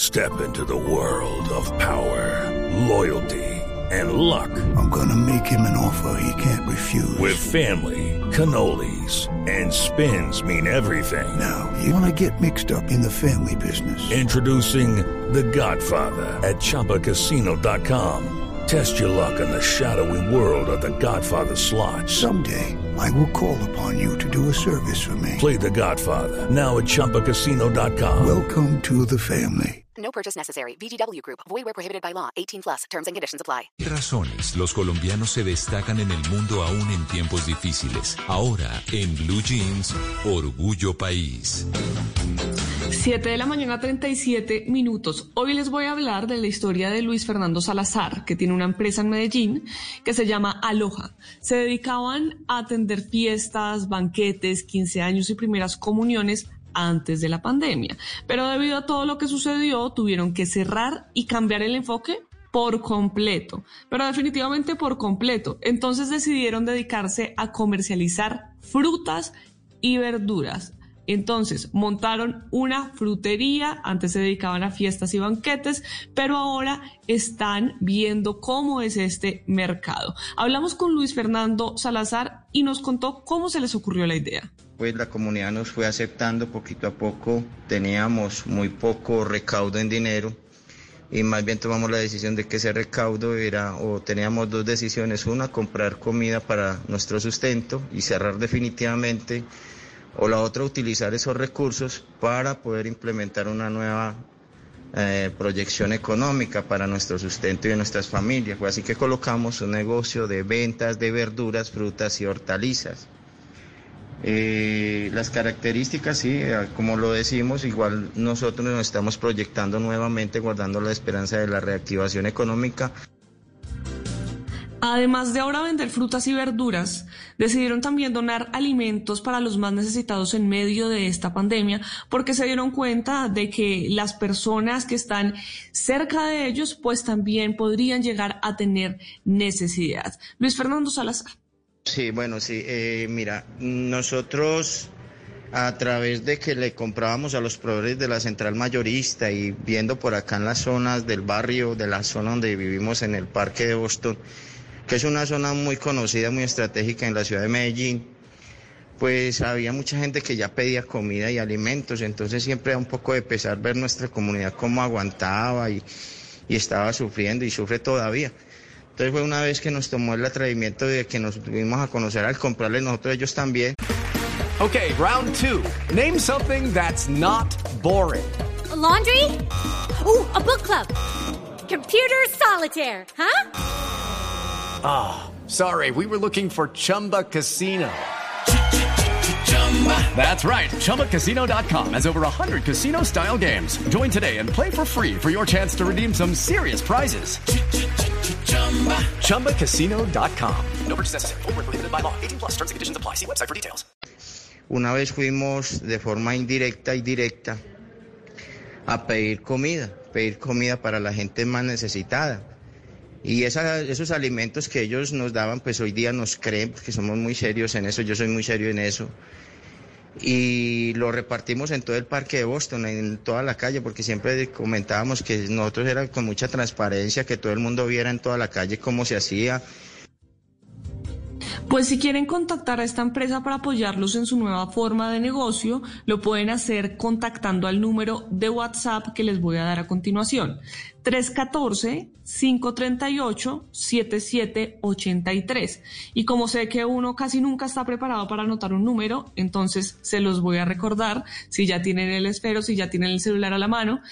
Step into the world of power, loyalty, and luck. I'm gonna make him an offer he can't refuse. With family, cannolis, and spins mean everything. Now, you wanna get mixed up in the family business. Introducing The Godfather at ChumbaCasino.com. Test your luck in the shadowy world of The Godfather slot. Someday, I will call upon you to do a service for me. Play The Godfather now at ChumbaCasino.com. Welcome to the family. No purchase necessary. VGW Group. Void where prohibited by law. 18+. Terms and conditions apply. Razones, los colombianos se destacan en el mundo aún en tiempos difíciles. Ahora, en Blue Jeans, Orgullo País. 7:37 a.m. Hoy les voy a hablar de la historia de Luis Fernando Salazar, que tiene una empresa en Medellín que se llama Aloha. Se dedicaban a atender fiestas, banquetes, 15 años y primeras comuniones antes de la pandemia. Pero debido a todo lo que sucedió, tuvieron que cerrar y cambiar el enfoque por completo, pero definitivamente por completo. Entonces decidieron dedicarse a comercializar frutas y verduras. Entonces montaron una frutería, antes se dedicaban a fiestas y banquetes, pero ahora están viendo cómo es este mercado. Hablamos con Luis Fernando Salazar y nos contó cómo se les ocurrió la idea. Pues la comunidad nos fue aceptando poquito a poco, teníamos muy poco recaudo en dinero y más bien tomamos la decisión de que ese recaudo teníamos dos decisiones: una, comprar comida para nuestro sustento y cerrar definitivamente, o la otra, utilizar esos recursos para poder implementar una nueva proyección económica para nuestro sustento y de nuestras familias. Fue así que colocamos un negocio de ventas de verduras, frutas y hortalizas. Las características, sí, como lo decimos, igual nosotros nos estamos proyectando nuevamente, guardando la esperanza de la reactivación económica. Además de ahora vender frutas y verduras, decidieron también donar alimentos para los más necesitados en medio de esta pandemia, porque se dieron cuenta de que las personas que están cerca de ellos, pues también podrían llegar a tener necesidad. Luis Fernando Salazar. Sí, bueno, sí, mira, nosotros a través de que le comprábamos a los proveedores de la central mayorista y viendo por acá en las zonas del barrio, de la zona donde vivimos en el Parque de Boston, que es una zona muy conocida, muy estratégica en la ciudad de Medellín, pues había mucha gente que ya pedía comida y alimentos, entonces siempre da un poco de pesar ver nuestra comunidad cómo aguantaba y estaba sufriendo y sufre todavía. Entonces fue una vez que nos tomó el atrevimiento de que nos tuvimos a conocer al comprarle nosotros ellos también. Okay, round two. Name something that's not boring. A laundry? Ooh, a book club. Computer solitaire, huh? Ah, sorry, we were looking for Chumba Casino. That's right, ChumbaCasino.com has over 100 casino-style games. Join today and play for free for your chance to redeem some serious prizes. ChumbaCasino.com. No purchase necessary. Void where prohibited by law. 18+. Terms and conditions apply. See website for details. Una vez fuimos de forma indirecta y directa a pedir comida para la gente más necesitada. Y esos alimentos que ellos nos daban, pues hoy día nos creen, porque somos muy serios en eso, yo soy muy serio en eso. Y lo repartimos en todo el Parque de Boston, en toda la calle, porque siempre comentábamos que nosotros era con mucha transparencia, que todo el mundo viera en toda la calle cómo se hacía. Pues si quieren contactar a esta empresa para apoyarlos en su nueva forma de negocio, lo pueden hacer contactando al número de WhatsApp que les voy a dar a continuación. 314-538-7783. Y como sé que uno casi nunca está preparado para anotar un número, entonces se los voy a recordar, si ya tienen el esfero, si ya tienen el celular a la mano,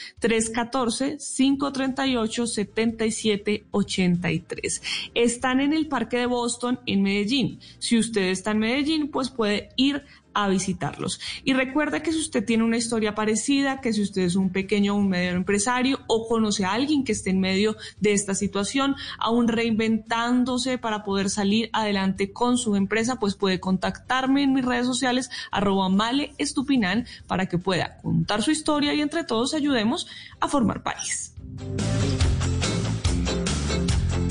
314-538-7783. Están en el Parque de Boston, en Medellín. Si usted está en Medellín, pues puede ir a visitarlos. Y recuerda que si usted tiene una historia parecida, que si usted es un pequeño o un mediano empresario o conoce a alguien que esté en medio de esta situación, aún reinventándose para poder salir adelante con su empresa, pues puede contactarme en mis redes sociales @maleestupinan para que pueda contar su historia y entre todos ayudemos a formar país.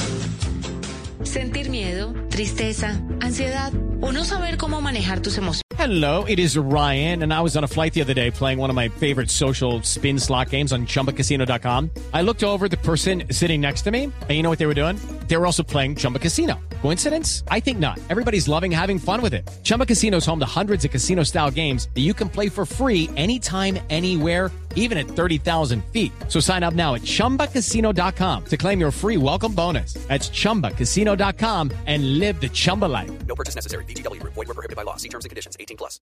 Sentir miedo, tristeza, ansiedad o no saber cómo manejar tus emociones. Hello, it is Ryan, and I was on a flight the other day playing one of my favorite social spin slot games on ChumbaCasino.com. I looked over at the person sitting next to me, and you know what they were doing? They were also playing Chumba Casino. Coincidence? I think not. Everybody's loving having fun with it. Chumba Casino is home to hundreds of casino-style games that you can play for free anytime, anywhere, even at 30,000 feet. So sign up now at ChumbaCasino.com to claim your free welcome bonus. That's ChumbaCasino.com and live the Chumba life. No purchase necessary. VGW Group. Void where prohibited by law. See terms and conditions. 18+.